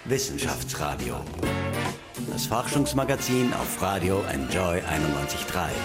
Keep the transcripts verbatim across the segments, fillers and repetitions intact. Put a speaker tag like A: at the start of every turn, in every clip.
A: Wissenschaftsradio. Das Forschungsmagazin auf Radio Enjoy einundneunzig Komma drei.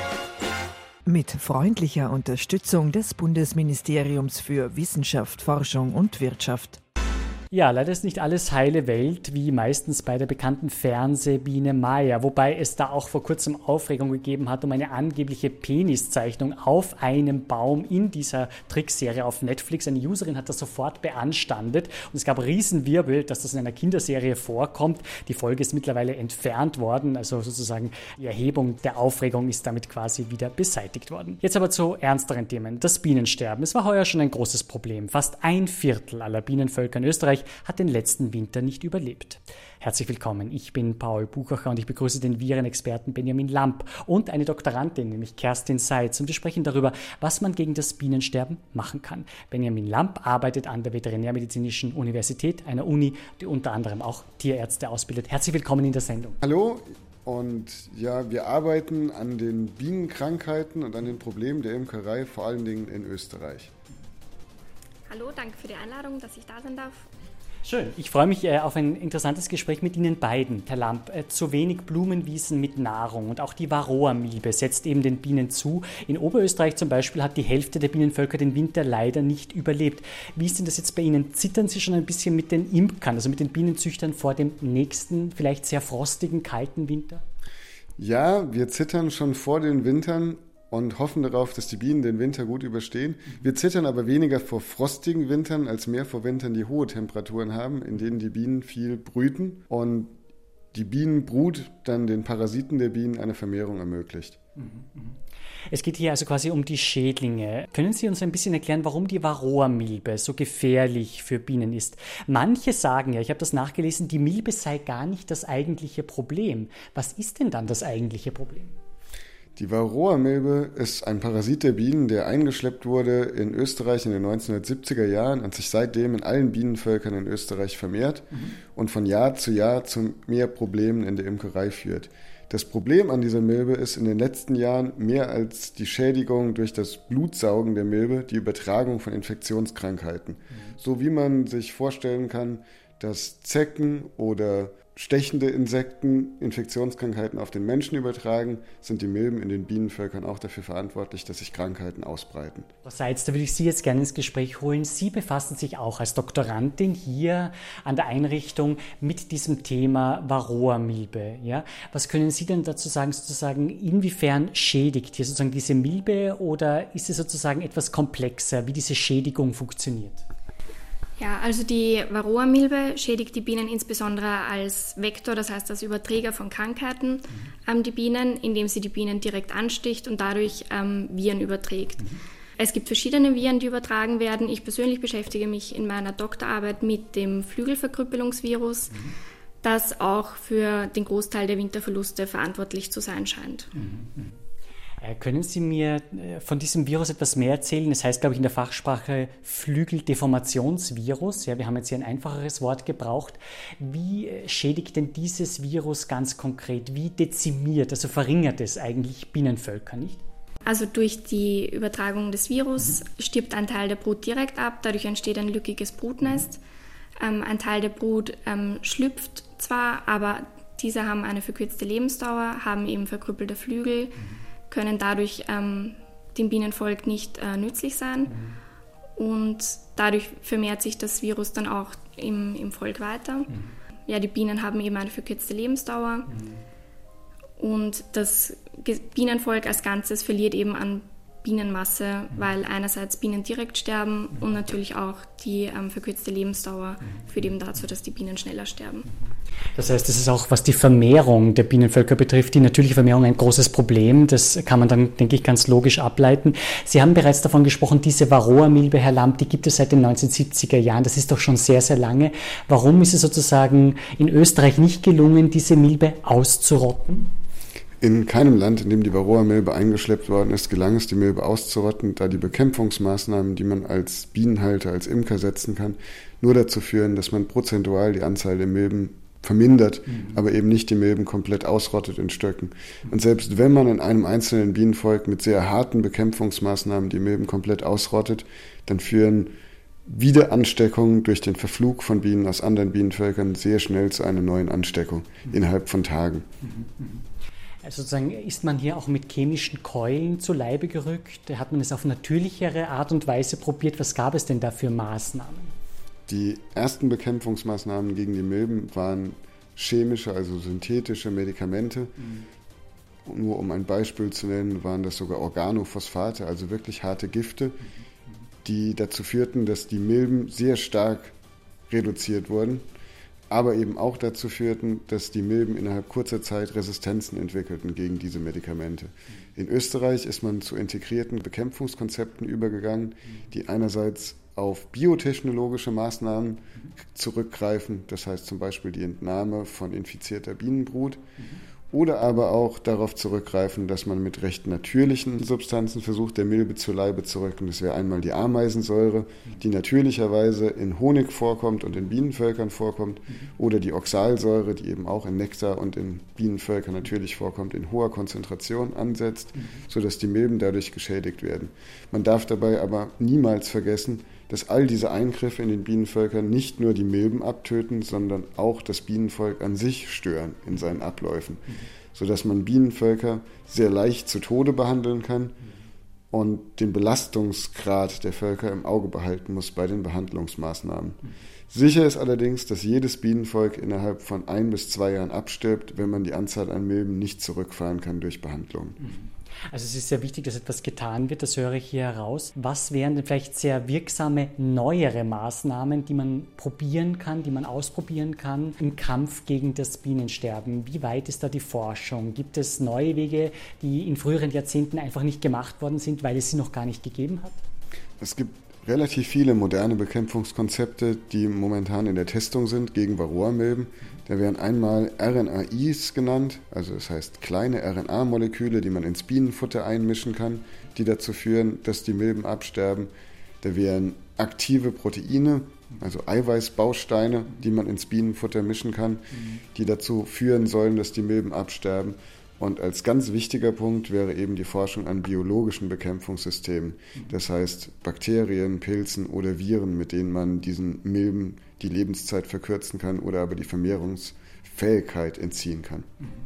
B: Mit freundlicher Unterstützung des Bundesministeriums für Wissenschaft, Forschung und Wirtschaft.
C: Ja, leider ist nicht alles heile Welt, wie meistens bei der bekannten Fernsehbiene Maya, wobei es da auch vor kurzem Aufregung gegeben hat um eine angebliche Peniszeichnung auf einem Baum in dieser Trickserie auf Netflix. Eine Userin hat das sofort beanstandet und es gab Riesenwirbel, dass das in einer Kinderserie vorkommt. Die Folge ist mittlerweile entfernt worden, also sozusagen die Erhebung der Aufregung ist damit quasi wieder beseitigt worden. Jetzt aber zu ernsteren Themen. Das Bienensterben. Es war heuer schon ein großes Problem. Fast ein Viertel aller Bienenvölker in Österreich hat den letzten Winter nicht überlebt. Herzlich willkommen, ich bin Paul Buchacher und ich begrüße den Virenexperten Benjamin Lamp und eine Doktorandin, nämlich Kerstin Seitz, und wir sprechen darüber, was man gegen das Bienensterben machen kann. Benjamin Lamp arbeitet an der Veterinärmedizinischen Universität, einer Uni, die unter anderem auch Tierärzte ausbildet. Herzlich willkommen in der Sendung.
D: Hallo. Und ja, wir arbeiten an den Bienenkrankheiten und an den Problemen der Imkerei, vor allen Dingen in Österreich.
E: Hallo, danke für die Einladung, dass ich da sein darf.
C: Schön. Ich freue mich äh, auf ein interessantes Gespräch mit Ihnen beiden, Herr Lamp. Äh, zu wenig Blumenwiesen mit Nahrung und auch die Varroa-Milbe setzt eben den Bienen zu. In Oberösterreich zum Beispiel hat die Hälfte der Bienenvölker den Winter leider nicht überlebt. Wie ist denn das jetzt bei Ihnen? Zittern Sie schon ein bisschen mit den Imkern, also mit den Bienenzüchtern vor dem nächsten, vielleicht sehr frostigen, kalten Winter?
D: Ja, wir zittern schon vor den Wintern und hoffen darauf, dass die Bienen den Winter gut überstehen. Wir zittern aber weniger vor frostigen Wintern, als mehr vor Wintern, die hohe Temperaturen haben, in denen die Bienen viel brüten und die Bienenbrut dann den Parasiten der Bienen eine Vermehrung ermöglicht.
C: Es geht hier also quasi um die Schädlinge. Können Sie uns ein bisschen erklären, warum die Varroa-Milbe so gefährlich für Bienen ist? Manche sagen ja, ich habe das nachgelesen, die Milbe sei gar nicht das eigentliche Problem. Was ist denn dann das eigentliche Problem?
D: Die Varroa-Milbe ist ein Parasit der Bienen, der eingeschleppt wurde in Österreich in den neunzehnhundertsiebziger Jahren und sich seitdem in allen Bienenvölkern in Österreich vermehrt mhm. und von Jahr zu Jahr zu mehr Problemen in der Imkerei führt. Das Problem an dieser Milbe ist in den letzten Jahren mehr als die Schädigung durch das Blutsaugen der Milbe, die Übertragung von Infektionskrankheiten. Mhm. So wie man sich vorstellen kann, dass Zecken oder stechende Insekten Infektionskrankheiten auf den Menschen übertragen, sind die Milben in den Bienenvölkern auch dafür verantwortlich, dass sich Krankheiten ausbreiten.
C: Frau Seitz, da würde ich Sie jetzt gerne ins Gespräch holen. Sie befassen sich auch als Doktorandin hier an der Einrichtung mit diesem Thema Varroa-Milbe. Ja? Was können Sie denn dazu sagen, sozusagen, inwiefern schädigt hier sozusagen diese Milbe oder ist es sozusagen etwas komplexer, wie diese Schädigung funktioniert?
E: Ja, also die Varroa-Milbe schädigt die Bienen insbesondere als Vektor, das heißt als Überträger von Krankheiten, mhm. ähm, die Bienen, indem sie die Bienen direkt ansticht und dadurch ähm, Viren überträgt. Mhm. Es gibt verschiedene Viren, die übertragen werden. Ich persönlich beschäftige mich in meiner Doktorarbeit mit dem Flügelverkrüppelungsvirus, mhm. das auch für den Großteil der Winterverluste verantwortlich zu sein scheint.
C: Mhm. Können Sie mir von diesem Virus etwas mehr erzählen? Das heißt, glaube ich, in der Fachsprache Flügeldeformationsvirus. Ja, wir haben jetzt hier ein einfacheres Wort gebraucht. Wie schädigt denn dieses Virus ganz konkret? Wie dezimiert, also verringert es eigentlich Bienenvölker, nicht?
E: Also durch die Übertragung des Virus mhm. stirbt ein Teil der Brut direkt ab. Dadurch entsteht ein lückiges Brutnest. Mhm. Ähm, ein Teil der Brut ähm, schlüpft zwar, aber diese haben eine verkürzte Lebensdauer, haben eben verkrüppelte Flügel, mhm. können dadurch ähm, dem Bienenvolk nicht äh, nützlich sein mhm. und dadurch vermehrt sich das Virus dann auch im, im Volk weiter. Mhm. Ja, die Bienen haben eben eine verkürzte Lebensdauer mhm. und das Bienenvolk als Ganzes verliert eben an Bienenmasse, mhm. weil einerseits Bienen direkt sterben mhm. und natürlich auch die ähm, verkürzte Lebensdauer mhm. führt eben dazu, dass die Bienen schneller sterben.
C: Das heißt, das ist auch, was die Vermehrung der Bienenvölker betrifft, die natürliche Vermehrung ein großes Problem. Das kann man dann, denke ich, ganz logisch ableiten. Sie haben bereits davon gesprochen, diese Varroa-Milbe, Herr Lamp, die gibt es seit den neunzehnhundertsiebziger Jahren. Das ist doch schon sehr, sehr lange. Warum ist es sozusagen in Österreich nicht gelungen, diese Milbe auszurotten?
D: In keinem Land, in dem die Varroa-Milbe eingeschleppt worden ist, gelang es, die Milbe auszurotten, da die Bekämpfungsmaßnahmen, die man als Bienenhalter, als Imker setzen kann, nur dazu führen, dass man prozentual die Anzahl der Milben vermindert, mhm. aber eben nicht die Milben komplett ausrottet in Stöcken. Und selbst wenn man in einem einzelnen Bienenvolk mit sehr harten Bekämpfungsmaßnahmen die Milben komplett ausrottet, dann führen Wiederansteckung durch den Verflug von Bienen aus anderen Bienenvölkern sehr schnell zu einer neuen Ansteckung mhm. innerhalb von Tagen.
C: Also sozusagen ist man hier auch mit chemischen Keulen zu Leibe gerückt? Hat man es auf natürlichere Art und Weise probiert? Was gab es denn da für Maßnahmen?
D: Die ersten Bekämpfungsmaßnahmen gegen die Milben waren chemische, also synthetische Medikamente. Mhm. Nur um ein Beispiel zu nennen, waren das sogar Organophosphate, also wirklich harte Gifte, die dazu führten, dass die Milben sehr stark reduziert wurden, aber eben auch dazu führten, dass die Milben innerhalb kurzer Zeit Resistenzen entwickelten gegen diese Medikamente. In Österreich ist man zu integrierten Bekämpfungskonzepten übergegangen, die einerseits auf biotechnologische Maßnahmen zurückgreifen, das heißt zum Beispiel die Entnahme von infizierter Bienenbrut, oder aber auch darauf zurückgreifen, dass man mit recht natürlichen Substanzen versucht, der Milbe zu Leibe zu rücken. Das wäre einmal die Ameisensäure, die natürlicherweise in Honig vorkommt und in Bienenvölkern vorkommt, oder die Oxalsäure, die eben auch in Nektar und in Bienenvölkern natürlich vorkommt, in hoher Konzentration ansetzt, sodass die Milben dadurch geschädigt werden. Man darf dabei aber niemals vergessen, dass all diese Eingriffe in den Bienenvölkern nicht nur die Milben abtöten, sondern auch das Bienenvolk an sich stören in seinen Abläufen, sodass man Bienenvölker sehr leicht zu Tode behandeln kann und den Belastungsgrad der Völker im Auge behalten muss bei den Behandlungsmaßnahmen. Sicher ist allerdings, dass jedes Bienenvolk innerhalb von ein bis zwei Jahren abstirbt, wenn man die Anzahl an Milben nicht zurückfahren kann durch Behandlung.
C: Also es ist sehr wichtig, dass etwas getan wird, das höre ich hier heraus. Was wären denn vielleicht sehr wirksame, neuere Maßnahmen, die man probieren kann, die man ausprobieren kann im Kampf gegen das Bienensterben? Wie weit ist da die Forschung? Gibt es neue Wege, die in früheren Jahrzehnten einfach nicht gemacht worden sind, weil es sie noch gar nicht gegeben hat?
D: Es gibt relativ viele moderne Bekämpfungskonzepte, die momentan in der Testung sind gegen Varroamilben. Da werden einmal R N A Is genannt, also das heißt kleine R N A-Moleküle, die man ins Bienenfutter einmischen kann, die dazu führen, dass die Milben absterben. Da wären aktive Proteine, also Eiweißbausteine, die man ins Bienenfutter mischen kann, die dazu führen sollen, dass die Milben absterben. Und als ganz wichtiger Punkt wäre eben die Forschung an biologischen Bekämpfungssystemen. Das heißt Bakterien, Pilzen oder Viren, mit denen man diesen Milben die Lebenszeit verkürzen kann oder aber die Vermehrungsfähigkeit entziehen kann.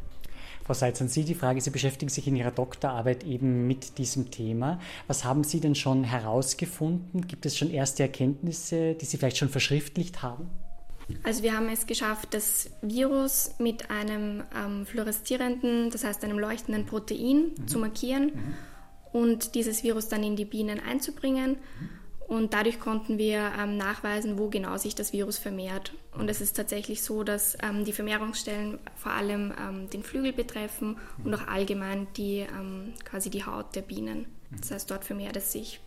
C: Frau Seitz, an Sie die Frage, Sie beschäftigen sich in Ihrer Doktorarbeit eben mit diesem Thema. Was haben Sie denn schon herausgefunden? Gibt es schon erste Erkenntnisse, die Sie vielleicht schon verschriftlicht haben?
E: Also wir haben es geschafft, das Virus mit einem ähm, fluoreszierenden, das heißt einem leuchtenden Protein mhm. zu markieren mhm. und dieses Virus dann in die Bienen einzubringen. Mhm. Und dadurch konnten wir ähm, nachweisen, wo genau sich das Virus vermehrt. Und es ist tatsächlich so, dass ähm, die Vermehrungsstellen vor allem ähm, den Flügel betreffen mhm. und auch allgemein die, ähm, quasi die Haut der Bienen. Das heißt, dort vermehrt es sich.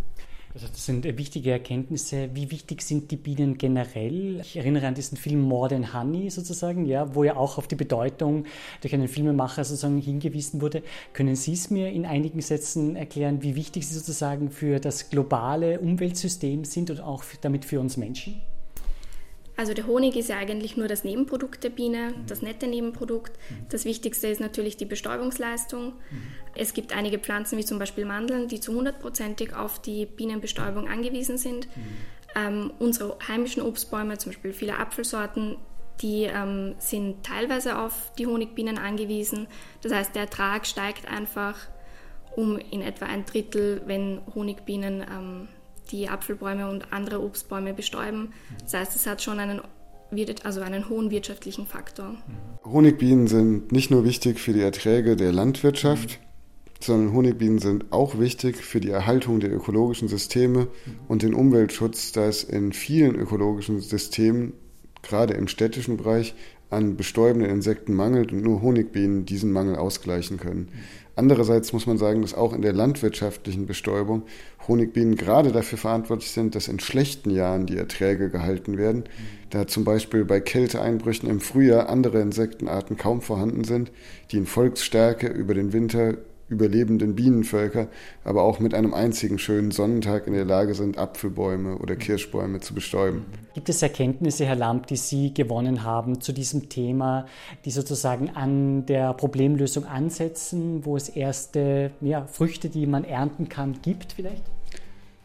C: Also das sind wichtige Erkenntnisse. Wie wichtig sind die Bienen generell? Ich erinnere an diesen Film More Than Honey sozusagen, ja, wo ja auch auf die Bedeutung durch einen Filmemacher sozusagen hingewiesen wurde. Können Sie es mir in einigen Sätzen erklären, wie wichtig sie sozusagen für das globale Umweltsystem sind und auch damit für uns Menschen?
E: Also der Honig ist ja eigentlich nur das Nebenprodukt der Biene, das nette Nebenprodukt. Das Wichtigste ist natürlich die Bestäubungsleistung. Es gibt einige Pflanzen, wie zum Beispiel Mandeln, die zu hundertprozentig auf die Bienenbestäubung angewiesen sind. Ähm, unsere heimischen Obstbäume, zum Beispiel viele Apfelsorten, die ähm, sind teilweise auf die Honigbienen angewiesen. Das heißt, der Ertrag steigt einfach um in etwa ein Drittel, wenn Honigbienen ähm, die Apfelbäume und andere Obstbäume bestäuben. Das heißt, es hat schon einen, also einen hohen wirtschaftlichen Faktor.
D: Honigbienen sind nicht nur wichtig für die Erträge der Landwirtschaft, mhm. sondern Honigbienen sind auch wichtig für die Erhaltung der ökologischen Systeme mhm. und den Umweltschutz, da es in vielen ökologischen Systemen, gerade im städtischen Bereich, an bestäubenden Insekten mangelt und nur Honigbienen diesen Mangel ausgleichen können. Mhm. Andererseits muss man sagen, dass auch in der landwirtschaftlichen Bestäubung Honigbienen gerade dafür verantwortlich sind, dass in schlechten Jahren die Erträge gehalten werden, da zum Beispiel bei Kälteeinbrüchen im Frühjahr andere Insektenarten kaum vorhanden sind, die in Volksstärke über den Winter überlebenden Bienenvölker, aber auch mit einem einzigen schönen Sonnentag in der Lage sind, Apfelbäume oder Kirschbäume zu bestäuben.
C: Gibt es Erkenntnisse, Herr Lamp, die Sie gewonnen haben zu diesem Thema, die sozusagen an der Problemlösung ansetzen, wo es erste ja, Früchte, die man ernten kann, gibt vielleicht?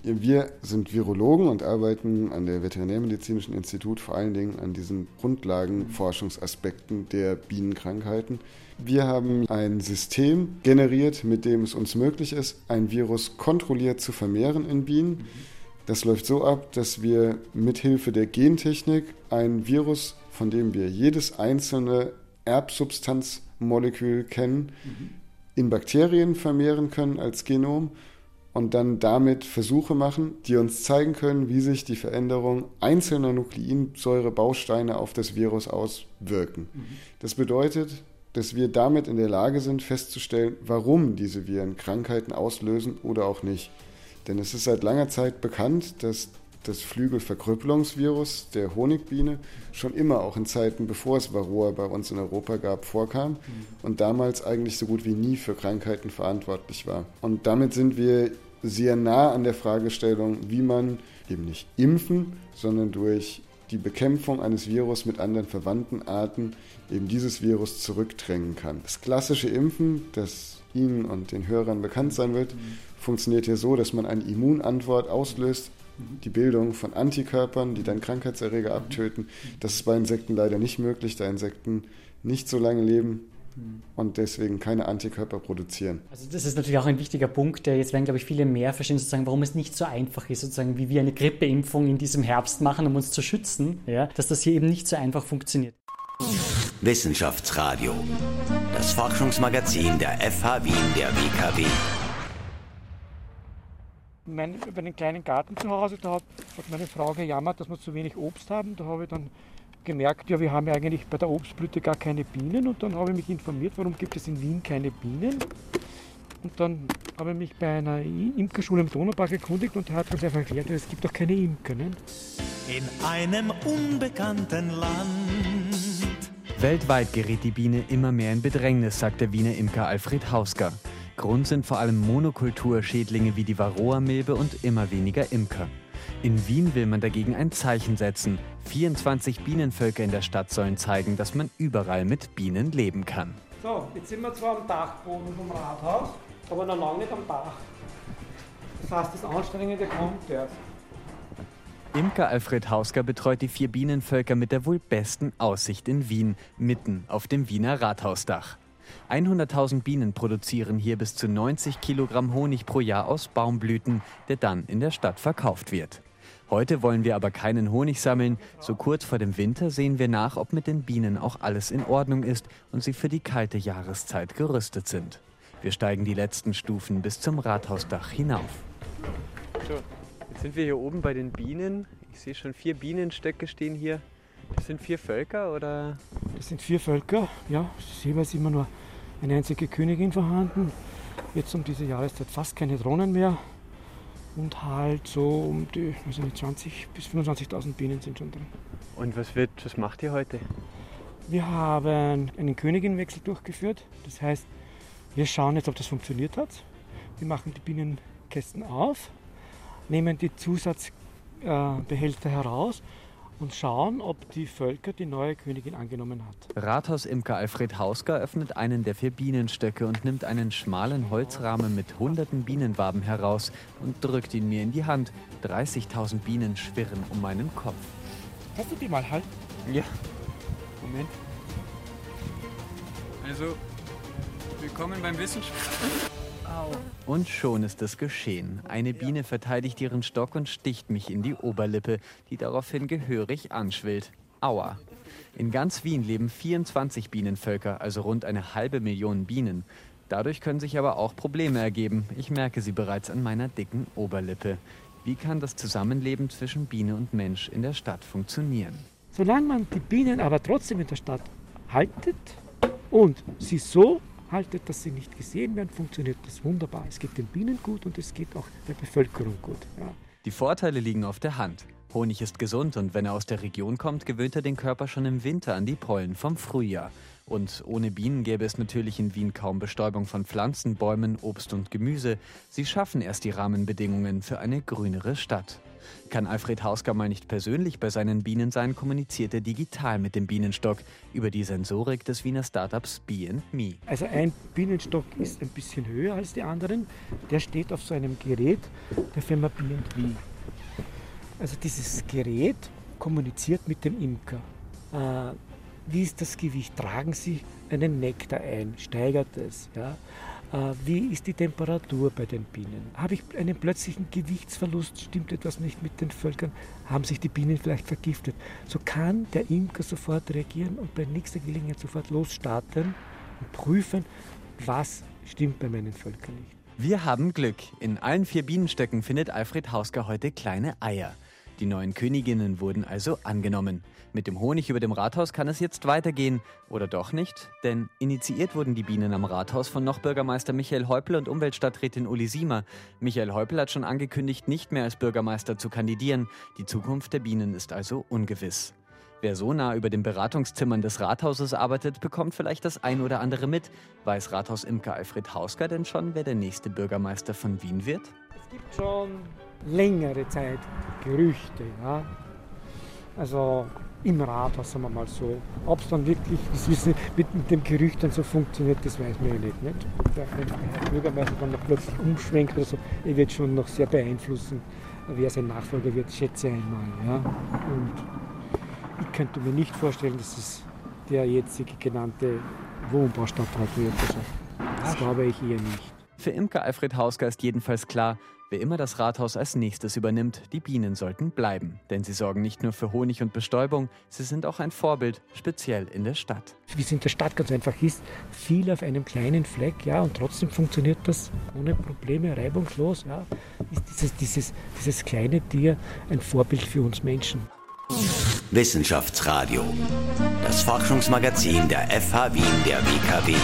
D: Wir sind Virologen und arbeiten an der Veterinärmedizinischen Institut vor allen Dingen an diesen Grundlagenforschungsaspekten der Bienenkrankheiten. Wir haben ein System generiert, mit dem es uns möglich ist, ein Virus kontrolliert zu vermehren in Bienen. Das läuft so ab, dass wir mithilfe der Gentechnik ein Virus, von dem wir jedes einzelne Erbsubstanzmolekül kennen, in Bakterien vermehren können als Genom und dann damit Versuche machen, die uns zeigen können, wie sich die Veränderung einzelner Nukleinsäurebausteine auf das Virus auswirken. Mhm. Das bedeutet, dass wir damit in der Lage sind, festzustellen, warum diese Viren Krankheiten auslösen oder auch nicht. Denn es ist seit langer Zeit bekannt, dass das Flügelverkrüppelungsvirus der Honigbiene schon immer, auch in Zeiten, bevor es Varroa bei uns in Europa gab, vorkam und damals eigentlich so gut wie nie für Krankheiten verantwortlich war. Und damit sind wir sehr nah an der Fragestellung, wie man eben nicht impfen, sondern durch die Bekämpfung eines Virus mit anderen verwandten Arten eben dieses Virus zurückdrängen kann. Das klassische Impfen, das Ihnen und den Hörern bekannt sein wird, mhm. funktioniert hier so, dass man eine Immunantwort auslöst, die Bildung von Antikörpern, die dann Krankheitserreger abtöten. Das ist bei Insekten leider nicht möglich, da Insekten nicht so lange leben und deswegen keine Antikörper produzieren.
C: Also das ist natürlich auch ein wichtiger Punkt, der jetzt werden, glaube ich, viele mehr verstehen, sozusagen, warum es nicht so einfach ist, sozusagen, wie wir eine Grippeimpfung in diesem Herbst machen, um uns zu schützen, ja, dass das hier eben nicht so einfach funktioniert.
A: Wissenschaftsradio, das Forschungsmagazin der F H Wien der W K W.
F: Mein, über den kleinen Garten zu Hause, da hat, hat meine Frau gejammert, dass wir zu wenig Obst haben. Da habe ich dann gemerkt, ja, wir haben ja eigentlich bei der Obstblüte gar keine Bienen. Und dann habe ich mich informiert, warum gibt es in Wien keine Bienen. Und dann habe ich mich bei einer Imkerschule im Donaupark erkundigt und er hat uns einfach erklärt, es gibt doch keine Imker. Ne?
G: In einem unbekannten Land.
H: Weltweit gerät die Biene immer mehr in Bedrängnis, sagt der Wiener Imker Alfred Hausger. Grund sind vor allem Monokulturschädlinge wie die Varroa-Milbe und immer weniger Imker. In Wien will man dagegen ein Zeichen setzen. vierundzwanzig Bienenvölker in der Stadt sollen zeigen, dass man überall mit Bienen leben kann.
F: So, jetzt sind wir zwar am Dachboden vom Rathaus, aber noch lange nicht am Dach. Das heißt, das Anstrengende kommt erst.
H: Imker Alfred Hausger betreut die vier Bienenvölker mit der wohl besten Aussicht in Wien, mitten auf dem Wiener Rathausdach. hunderttausend Bienen produzieren hier bis zu neunzig Kilogramm Honig pro Jahr aus Baumblüten, der dann in der Stadt verkauft wird. Heute wollen wir aber keinen Honig sammeln. So kurz vor dem Winter sehen wir nach, ob mit den Bienen auch alles in Ordnung ist und sie für die kalte Jahreszeit gerüstet sind. Wir steigen die letzten Stufen bis zum Rathausdach hinauf.
I: So, jetzt sind wir hier oben bei den Bienen. Ich sehe schon vier Bienenstöcke stehen hier. Das sind vier Völker, oder?
F: Das sind vier Völker, ja. Es ist jeweils immer nur eine einzige Königin vorhanden. Jetzt um diese Jahreszeit fast keine Drohnen mehr. Und halt so um die also zwanzigtausend bis fünfundzwanzigtausend Bienen sind schon drin.
I: Und was, wird, was macht ihr heute?
F: Wir haben einen Königinwechsel durchgeführt. Das heißt, wir schauen jetzt, ob das funktioniert hat. Wir machen die Bienenkästen auf, nehmen die Zusatzbehälter heraus und schauen, ob die Völker die neue Königin angenommen hat.
H: Rathausimker Alfred Hausger öffnet einen der vier Bienenstöcke und nimmt einen schmalen Holzrahmen mit hunderten Bienenwaben heraus und drückt ihn mir in die Hand. dreißigtausend Bienen schwirren um meinen Kopf.
F: Kannst du die mal halten?
I: Ja. Moment. Also, willkommen beim Wissenschaft.
H: Und schon ist es geschehen. Eine Biene verteidigt ihren Stock und sticht mich in die Oberlippe, die daraufhin gehörig anschwillt. Aua. In ganz Wien leben vierundzwanzig Bienenvölker, also rund eine halbe Million Bienen. Dadurch können sich aber auch Probleme ergeben. Ich merke sie bereits an meiner dicken Oberlippe. Wie kann das Zusammenleben zwischen Biene und Mensch in der Stadt funktionieren?
F: Solange man die Bienen aber trotzdem in der Stadt haltet und sie so haltet, dass sie nicht gesehen werden, funktioniert das wunderbar. Es geht den Bienen gut und es geht auch der Bevölkerung gut. Ja.
H: Die Vorteile liegen auf der Hand. Honig ist gesund und wenn er aus der Region kommt, gewöhnt er den Körper schon im Winter an die Pollen vom Frühjahr. Und ohne Bienen gäbe es natürlich in Wien kaum Bestäubung von Pflanzen, Bäumen, Obst und Gemüse. Sie schaffen erst die Rahmenbedingungen für eine grünere Stadt. Kann Alfred Hausger mal nicht persönlich bei seinen Bienen sein, kommuniziert er digital mit dem Bienenstock über die Sensorik des Wiener Startups Bee and Me.
F: Also ein Bienenstock ist ein bisschen höher als die anderen. Der steht auf so einem Gerät der Firma Bee and Me. Also dieses Gerät kommuniziert mit dem Imker. Äh, wie ist das Gewicht? Tragen Sie einen Nektar ein? Steigert es? Ja? Äh, wie ist die Temperatur bei den Bienen? Habe ich einen plötzlichen Gewichtsverlust? Stimmt etwas nicht mit den Völkern? Haben sich die Bienen vielleicht vergiftet? So kann der Imker sofort reagieren und bei nächster Gelegenheit sofort losstarten und prüfen, was stimmt bei meinen Völkern nicht.
H: Wir haben Glück. In allen vier Bienenstöcken findet Alfred Hausger heute kleine Eier. Die neuen Königinnen wurden also angenommen. Mit dem Honig über dem Rathaus kann es jetzt weitergehen. Oder doch nicht? Denn initiiert wurden die Bienen am Rathaus von noch Bürgermeister Michael Häupl und Umweltstadträtin Uli Siemer. Michael Häupl hat schon angekündigt, nicht mehr als Bürgermeister zu kandidieren. Die Zukunft der Bienen ist also ungewiss. Wer so nah über den Beratungszimmern des Rathauses arbeitet, bekommt vielleicht das ein oder andere mit. Weiß Rathausimker Alfred Hausger denn schon, wer der nächste Bürgermeister von Wien wird?
F: Es gibt schon längere Zeit Gerüchte, ja. Also im Rathaus, sagen wir mal so. Ob es dann wirklich, das wissen mit, mit dem Gerücht dann so funktioniert, das weiß man ja nicht. nicht? Wenn der Bürgermeister dann noch plötzlich umschwenkt oder so, er wird schon noch sehr beeinflussen, wer sein Nachfolger wird, schätze ich einmal. Ja. Und ich könnte mir nicht vorstellen, dass es der jetzige genannte Wohnbaustadtrat wird. Also, das glaube ich eher nicht.
H: Für Imker Alfred Hausger ist jedenfalls klar, wer immer das Rathaus als nächstes übernimmt, die Bienen sollten bleiben. Denn sie sorgen nicht nur für Honig und Bestäubung, sie sind auch ein Vorbild, speziell in der Stadt.
F: Wie es in der Stadt ganz einfach ist, viel auf einem kleinen Fleck, ja, und trotzdem funktioniert das ohne Probleme, reibungslos. Ja, ist dieses, dieses, dieses kleine Tier ein Vorbild für uns Menschen.
A: Wissenschaftsradio, das Forschungsmagazin der F H Wien der W K W.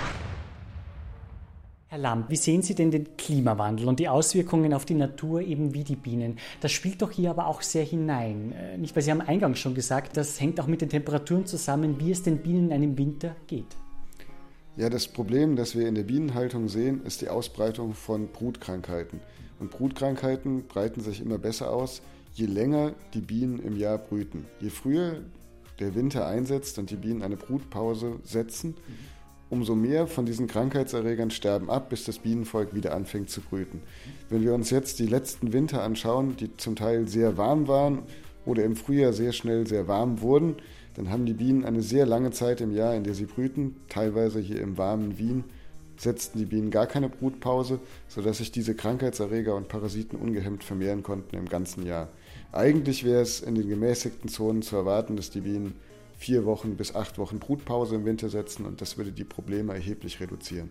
C: Herr Lamp, wie sehen Sie denn den Klimawandel und die Auswirkungen auf die Natur eben wie die Bienen? Das spielt doch hier aber auch sehr hinein. Nicht, weil Sie haben eingangs schon gesagt, das hängt auch mit den Temperaturen zusammen, wie es den Bienen in einem Winter geht.
D: Ja, das Problem, das wir in der Bienenhaltung sehen, ist die Ausbreitung von Brutkrankheiten. Und Brutkrankheiten breiten sich immer besser aus, je länger die Bienen im Jahr brüten. Je früher der Winter einsetzt und die Bienen eine Brutpause setzen, umso mehr von diesen Krankheitserregern sterben ab, bis das Bienenvolk wieder anfängt zu brüten. Wenn wir uns jetzt die letzten Winter anschauen, die zum Teil sehr warm waren oder im Frühjahr sehr schnell sehr warm wurden, dann haben die Bienen eine sehr lange Zeit im Jahr, in der sie brüten. Teilweise hier im warmen Wien setzten die Bienen gar keine Brutpause, sodass sich diese Krankheitserreger und Parasiten ungehemmt vermehren konnten im ganzen Jahr. Eigentlich wäre es in den gemäßigten Zonen zu erwarten, dass die Bienen vier Wochen bis acht Wochen Brutpause im Winter setzen und das würde die Probleme erheblich reduzieren.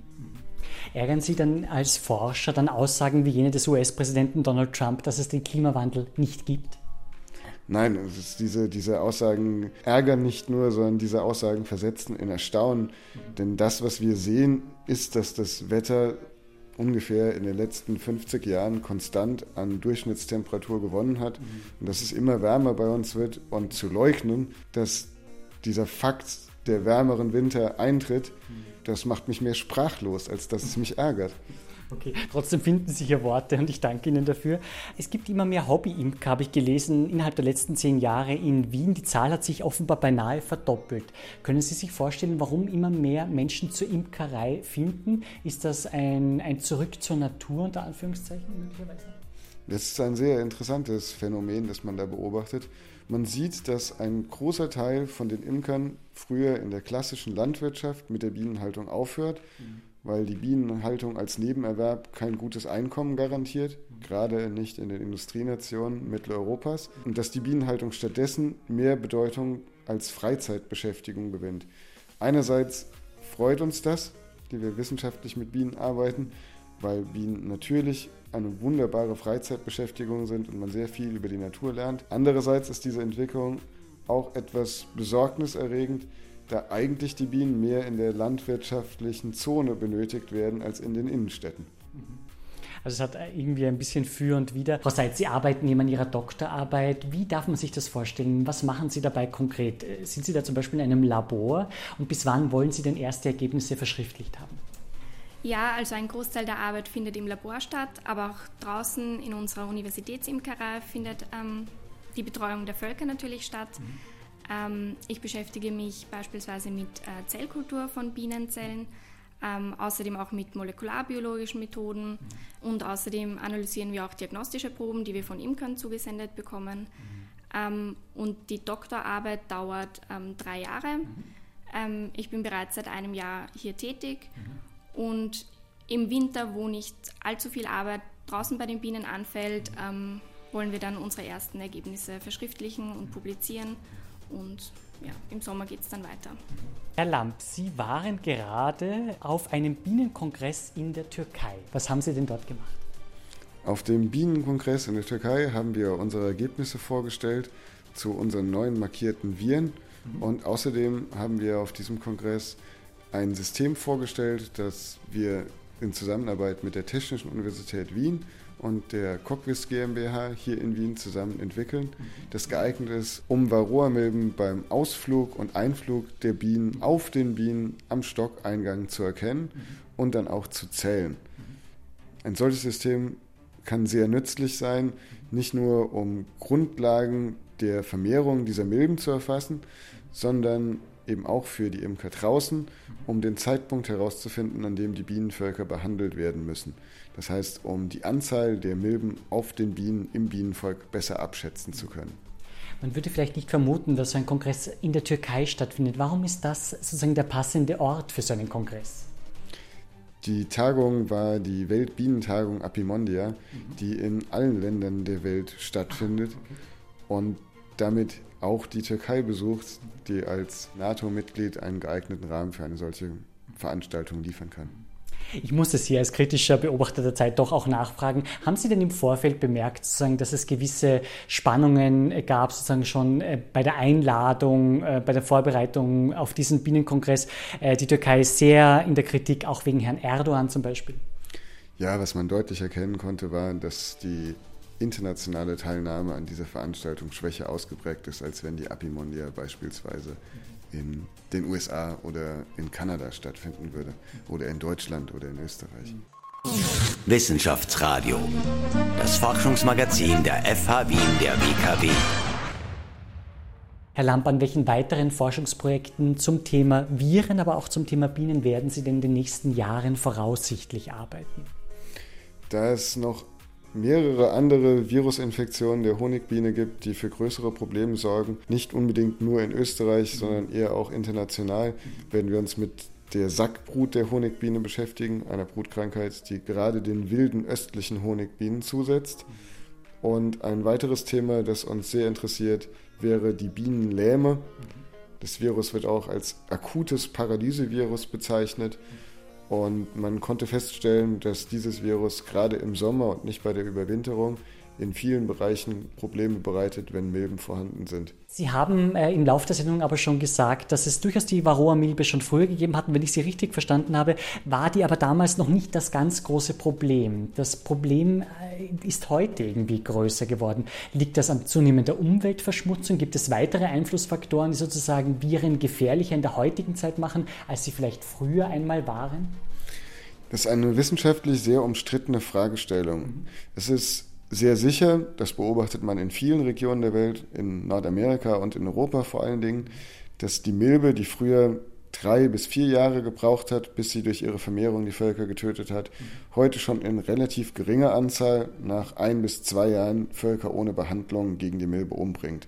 C: Ärgern Sie dann als Forscher dann Aussagen wie jene des U S-Präsidenten Donald Trump, dass es den Klimawandel nicht gibt?
D: Nein, es ist diese, diese Aussagen ärgern nicht nur, sondern diese Aussagen versetzen in Erstaunen. Mhm. Denn das, was wir sehen, ist, dass das Wetter ungefähr in den letzten fünfzig Jahren konstant an Durchschnittstemperatur gewonnen hat mhm. und dass es immer wärmer bei uns wird. Und zu leugnen, dass dieser Fakt der wärmeren Winter eintritt, mhm. das macht mich mehr sprachlos, als dass es mich ärgert.
C: Okay, trotzdem finden sich ja Worte und ich danke Ihnen dafür. Es gibt immer mehr Hobby-Imker, habe ich gelesen, innerhalb der letzten zehn Jahre in Wien. Die Zahl hat sich offenbar beinahe verdoppelt. Können Sie sich vorstellen, warum immer mehr Menschen zur Imkerei finden? Ist das ein, ein Zurück zur Natur, unter Anführungszeichen, möglicherweise?
D: Das ist ein sehr interessantes Phänomen, das man da beobachtet. Man sieht, dass ein großer Teil von den Imkern früher in der klassischen Landwirtschaft mit der Bienenhaltung aufhört, mhm. weil die Bienenhaltung als Nebenerwerb kein gutes Einkommen garantiert, gerade nicht in den Industrienationen Mitteleuropas, und dass die Bienenhaltung stattdessen mehr Bedeutung als Freizeitbeschäftigung gewinnt. Einerseits freut uns das, die wir wissenschaftlich mit Bienen arbeiten, weil Bienen natürlich eine wunderbare Freizeitbeschäftigung sind und man sehr viel über die Natur lernt. Andererseits ist diese Entwicklung auch etwas besorgniserregend, da eigentlich die Bienen mehr in der landwirtschaftlichen Zone benötigt werden als in den Innenstädten.
C: Also es hat irgendwie ein bisschen für und wider. Frau Seitz, Sie arbeiten eben an Ihrer Doktorarbeit. Wie darf man sich das vorstellen? Was machen Sie dabei konkret? Sind Sie da zum Beispiel in einem Labor? Und bis wann wollen Sie denn erste Ergebnisse verschriftlicht haben?
E: Ja, also ein Großteil der Arbeit findet im Labor statt, aber auch draußen in unserer Universitätsimkerei findet ähm, die Betreuung der Völker natürlich statt. Mhm. Ähm, ich beschäftige mich beispielsweise mit äh, Zellkultur von Bienenzellen, ähm, außerdem auch mit molekularbiologischen Methoden mhm. und außerdem analysieren wir auch diagnostische Proben, die wir von Imkern zugesendet bekommen. Mhm. Ähm, und die Doktorarbeit dauert ähm, drei Jahre. Mhm. Ähm, ich bin bereits seit einem Jahr hier tätig. Mhm. Und im Winter, wo nicht allzu viel Arbeit draußen bei den Bienen anfällt, ähm, wollen wir dann unsere ersten Ergebnisse verschriftlichen und publizieren. Und ja, im Sommer geht es dann weiter.
C: Herr Lamp, Sie waren gerade auf einem Bienenkongress in der Türkei. Was haben Sie denn dort gemacht?
D: Auf dem Bienenkongress in der Türkei haben wir unsere Ergebnisse vorgestellt zu unseren neuen markierten Viren. Mhm. Und außerdem haben wir auf diesem Kongress ein System vorgestellt, das wir in Zusammenarbeit mit der Technischen Universität Wien und der Cockvis GmbH hier in Wien zusammen entwickeln, das geeignet ist, um Varroamilben beim Ausflug und Einflug der Bienen auf den Bienen am Stockeingang zu erkennen und dann auch zu zählen. Ein solches System kann sehr nützlich sein, nicht nur um Grundlagen der Vermehrung dieser Milben zu erfassen, sondern eben auch für die Imker draußen, um den Zeitpunkt herauszufinden, an dem die Bienenvölker behandelt werden müssen. Das heißt, um die Anzahl der Milben auf den Bienen im Bienenvolk besser abschätzen zu können.
C: Man würde vielleicht nicht vermuten, dass so ein Kongress in der Türkei stattfindet. Warum ist das sozusagen der passende Ort für so einen Kongress?
D: Die Tagung war die Weltbienentagung Apimondia, mhm. die in allen Ländern der Welt stattfindet und damit auch die Türkei besucht, die als NATO-Mitglied einen geeigneten Rahmen für eine solche Veranstaltung liefern kann.
C: Ich muss es hier als kritischer Beobachter der Zeit doch auch nachfragen. Haben Sie denn im Vorfeld bemerkt, sozusagen, dass es gewisse Spannungen gab, sozusagen schon bei der Einladung, bei der Vorbereitung auf diesen Bienenkongress? Die Türkei ist sehr in der Kritik, auch wegen Herrn Erdogan zum Beispiel.
D: Ja, was man deutlich erkennen konnte, war, dass die internationale Teilnahme an dieser Veranstaltung schwächer ausgeprägt ist, als wenn die Apimondia beispielsweise in den U S A oder in Kanada stattfinden würde oder in Deutschland oder in Österreich.
A: Wissenschaftsradio, das Forschungsmagazin der F H Wien der W K W.
C: Herr Lamp, an welchen weiteren Forschungsprojekten zum Thema Viren, aber auch zum Thema Bienen werden Sie denn in den nächsten Jahren voraussichtlich arbeiten?
D: Da es noch mehrere andere Virusinfektionen der Honigbiene gibt, die für größere Probleme sorgen, nicht unbedingt nur in Österreich, sondern eher auch international, werden wir uns mit der Sackbrut der Honigbiene beschäftigen, einer Brutkrankheit, die gerade den wilden östlichen Honigbienen zusetzt. Und ein weiteres Thema, das uns sehr interessiert, wäre die Bienenlähme. Das Virus wird auch als akutes Paralysevirus bezeichnet. Und man konnte feststellen, dass dieses Virus gerade im Sommer und nicht bei der Überwinterung in vielen Bereichen Probleme bereitet, wenn Milben vorhanden sind.
C: Sie haben äh, im Laufe der Sendung aber schon gesagt, dass es durchaus die Varroa-Milbe schon früher gegeben hat. Und wenn ich Sie richtig verstanden habe, war die aber damals noch nicht das ganz große Problem. Das Problem äh, ist heute irgendwie größer geworden. Liegt das an zunehmender Umweltverschmutzung? Gibt es weitere Einflussfaktoren, die sozusagen Viren gefährlicher in der heutigen Zeit machen, als sie vielleicht früher einmal waren?
D: Das ist eine wissenschaftlich sehr umstrittene Fragestellung. Mhm. Es ist sehr sicher, das beobachtet man in vielen Regionen der Welt, in Nordamerika und in Europa vor allen Dingen, dass die Milbe, die früher drei bis vier Jahre gebraucht hat, bis sie durch ihre Vermehrung die Völker getötet hat, mhm. heute schon in relativ geringer Anzahl nach ein bis zwei Jahren Völker ohne Behandlung gegen die Milbe umbringt.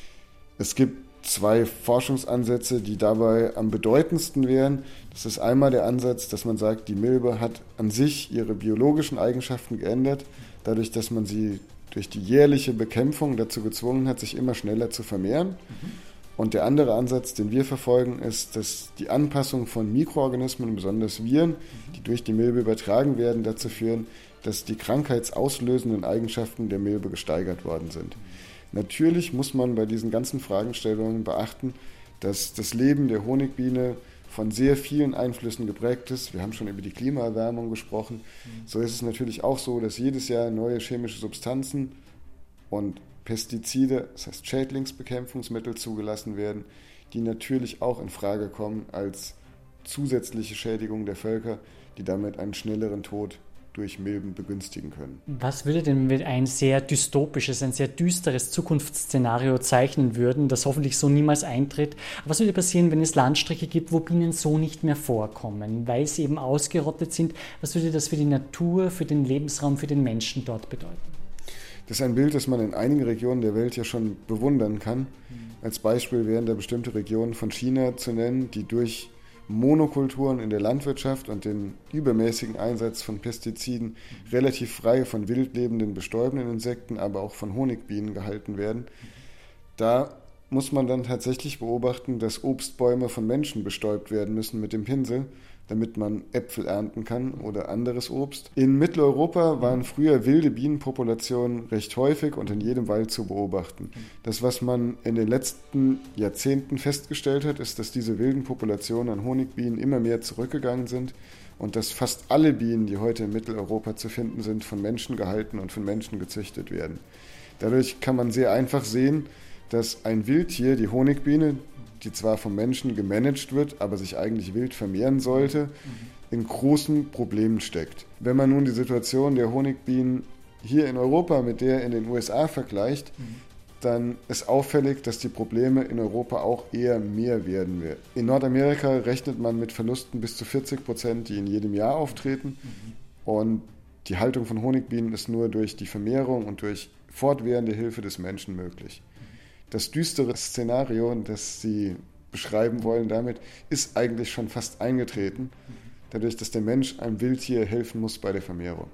D: Es gibt zwei Forschungsansätze, die dabei am bedeutendsten wären. Das ist einmal der Ansatz, dass man sagt, die Milbe hat an sich ihre biologischen Eigenschaften geändert, dadurch, dass man sie durch die jährliche Bekämpfung dazu gezwungen hat, sich immer schneller zu vermehren. Mhm. Und der andere Ansatz, den wir verfolgen, ist, dass die Anpassung von Mikroorganismen, besonders Viren, die durch die Milbe übertragen werden, dazu führen, dass die krankheitsauslösenden Eigenschaften der Milbe gesteigert worden sind. Natürlich muss man bei diesen ganzen Fragestellungen beachten, dass das Leben der Honigbiene von sehr vielen Einflüssen geprägt ist. Wir haben schon über die Klimaerwärmung gesprochen. So ist es natürlich auch so, dass jedes Jahr neue chemische Substanzen und Pestizide, das heißt Schädlingsbekämpfungsmittel, zugelassen werden, die natürlich auch in Frage kommen als zusätzliche Schädigung der Völker, die damit einen schnelleren Tod durch Milben begünstigen können.
C: Was würde denn, wenn wir ein sehr dystopisches, ein sehr düsteres Zukunftsszenario zeichnen würden, das hoffentlich so niemals eintritt? Was würde passieren, wenn es Landstriche gibt, wo Bienen so nicht mehr vorkommen, weil sie eben ausgerottet sind? Was würde das für die Natur, für den Lebensraum, für den Menschen dort bedeuten?
D: Das ist ein Bild, das man in einigen Regionen der Welt ja schon bewundern kann. Mhm. Als Beispiel wären da bestimmte Regionen von China zu nennen, die durch Monokulturen in der Landwirtschaft und den übermäßigen Einsatz von Pestiziden relativ frei von wild lebenden, bestäubenden Insekten, aber auch von Honigbienen gehalten werden. Da muss man dann tatsächlich beobachten, dass Obstbäume von Menschen bestäubt werden müssen mit dem Pinsel, damit man Äpfel ernten kann oder anderes Obst. In Mitteleuropa waren früher wilde Bienenpopulationen recht häufig und in jedem Wald zu beobachten. Das, was man in den letzten Jahrzehnten festgestellt hat, ist, dass diese wilden Populationen an Honigbienen immer mehr zurückgegangen sind und dass fast alle Bienen, die heute in Mitteleuropa zu finden sind, von Menschen gehalten und von Menschen gezüchtet werden. Dadurch kann man sehr einfach sehen, dass ein Wildtier, die Honigbiene, die zwar vom Menschen gemanagt wird, aber sich eigentlich wild vermehren sollte, in großen Problemen steckt. Wenn man nun die Situation der Honigbienen hier in Europa mit der in den U S A vergleicht, mhm. dann ist auffällig, dass die Probleme in Europa auch eher mehr werden werden. In Nordamerika rechnet man mit Verlusten bis zu vierzig Prozent, die in jedem Jahr auftreten. Mhm. Und die Haltung von Honigbienen ist nur durch die Vermehrung und durch fortwährende Hilfe des Menschen möglich. Das düstere Szenario, das Sie beschreiben wollen damit, ist eigentlich schon fast eingetreten, dadurch, dass der Mensch einem Wildtier helfen muss bei der Vermehrung.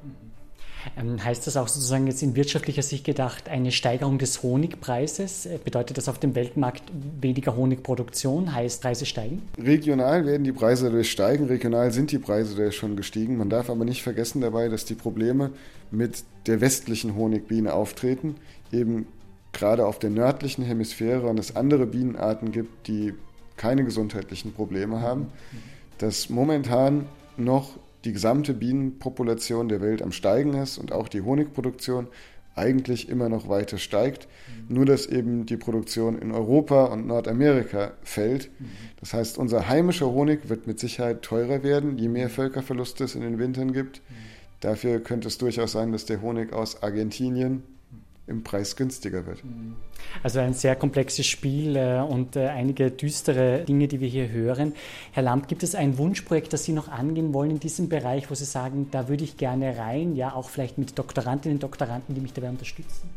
C: Ähm, heißt das auch sozusagen jetzt in wirtschaftlicher Sicht gedacht eine Steigerung des Honigpreises? Bedeutet das auf dem Weltmarkt weniger Honigproduktion, heißt Preise steigen?
D: Regional werden die Preise dadurch steigen, regional sind die Preise dadurch schon gestiegen. Man darf aber nicht vergessen dabei, dass die Probleme mit der westlichen Honigbiene auftreten, eben gerade auf der nördlichen Hemisphäre und es andere Bienenarten gibt, die keine gesundheitlichen Probleme haben, dass momentan noch die gesamte Bienenpopulation der Welt am Steigen ist und auch die Honigproduktion eigentlich immer noch weiter steigt, nur dass eben die Produktion in Europa und Nordamerika fällt. Das heißt, unser heimischer Honig wird mit Sicherheit teurer werden, je mehr Völkerverluste es in den Wintern gibt. Dafür könnte es durchaus sein, dass der Honig aus Argentinien im Preis günstiger wird.
C: Also ein sehr komplexes Spiel äh, und äh, einige düstere Dinge, die wir hier hören. Herr Lamp, gibt es ein Wunschprojekt, das Sie noch angehen wollen in diesem Bereich, wo Sie sagen, da würde ich gerne rein, ja auch vielleicht mit Doktorandinnen und Doktoranden, die mich dabei unterstützen?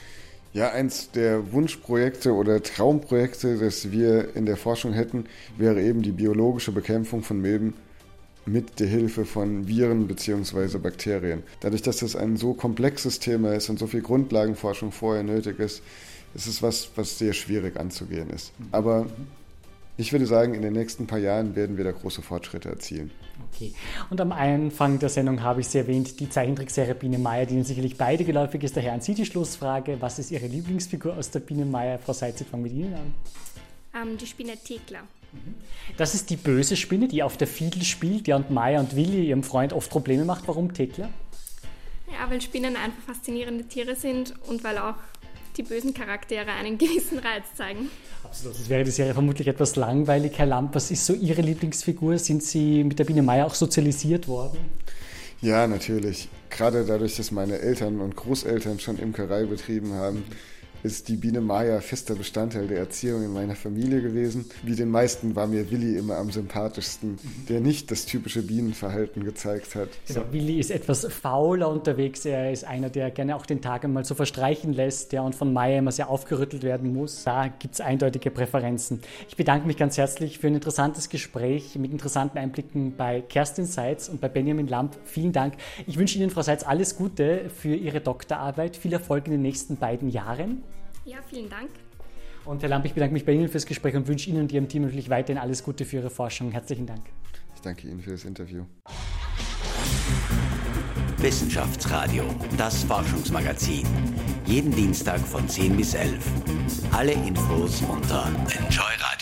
D: Ja, eins der Wunschprojekte oder Traumprojekte, das wir in der Forschung hätten, wäre eben die biologische Bekämpfung von Milben mit der Hilfe von Viren bzw. Bakterien. Dadurch, dass das ein so komplexes Thema ist und so viel Grundlagenforschung vorher nötig ist, ist es was, was sehr schwierig anzugehen ist. Aber ich würde sagen, in den nächsten paar Jahren werden wir da große Fortschritte erzielen.
C: Okay. Und am Anfang der Sendung habe ich Sie erwähnt, die Zeichentrickserie Biene Meier, die Ihnen sicherlich beide geläufig ist. Daher an Sie die Schlussfrage. Was ist Ihre Lieblingsfigur aus der Biene Meier? Frau Seitz, ich fange mit Ihnen an.
E: Ähm, die Spinne Thekla.
C: Das ist die böse Spinne, die auf der Fiedel spielt, ja, und Maya und Willi, ihrem Freund, oft Probleme macht. Warum Thekla?
E: Ja, weil Spinnen einfach faszinierende Tiere sind und weil auch die bösen Charaktere einen gewissen Reiz zeigen.
C: Absolut, das wäre die Serie vermutlich etwas langweilig. Herr Lamp, was ist so Ihre Lieblingsfigur? Sind Sie mit der Biene Meier auch sozialisiert worden?
D: Ja, natürlich. Gerade dadurch, dass meine Eltern und Großeltern schon Imkerei betrieben haben, ist die Biene Meier fester Bestandteil der Erziehung in meiner Familie gewesen. Wie den meisten war mir Willi immer am sympathischsten, der nicht das typische Bienenverhalten gezeigt hat.
C: Genau, so. Willi ist etwas fauler unterwegs. Er ist einer, der gerne auch den Tag einmal so verstreichen lässt, der und von Meier immer sehr aufgerüttelt werden muss. Da gibt es eindeutige Präferenzen. Ich bedanke mich ganz herzlich für ein interessantes Gespräch mit interessanten Einblicken bei Kerstin Seitz und bei Benjamin Lamp. Vielen Dank. Ich wünsche Ihnen, Frau Seitz, alles Gute für Ihre Doktorarbeit. Viel Erfolg in den nächsten beiden Jahren.
E: Ja, vielen Dank.
C: Und Herr Lamp, ich bedanke mich bei Ihnen fürs Gespräch und wünsche Ihnen und Ihrem Team natürlich weiterhin alles Gute für Ihre Forschung. Herzlichen Dank.
D: Ich danke Ihnen für das Interview.
A: Wissenschaftsradio, das Forschungsmagazin. Jeden Dienstag von zehn bis elf. Alle Infos unter enjoy radio punkt de.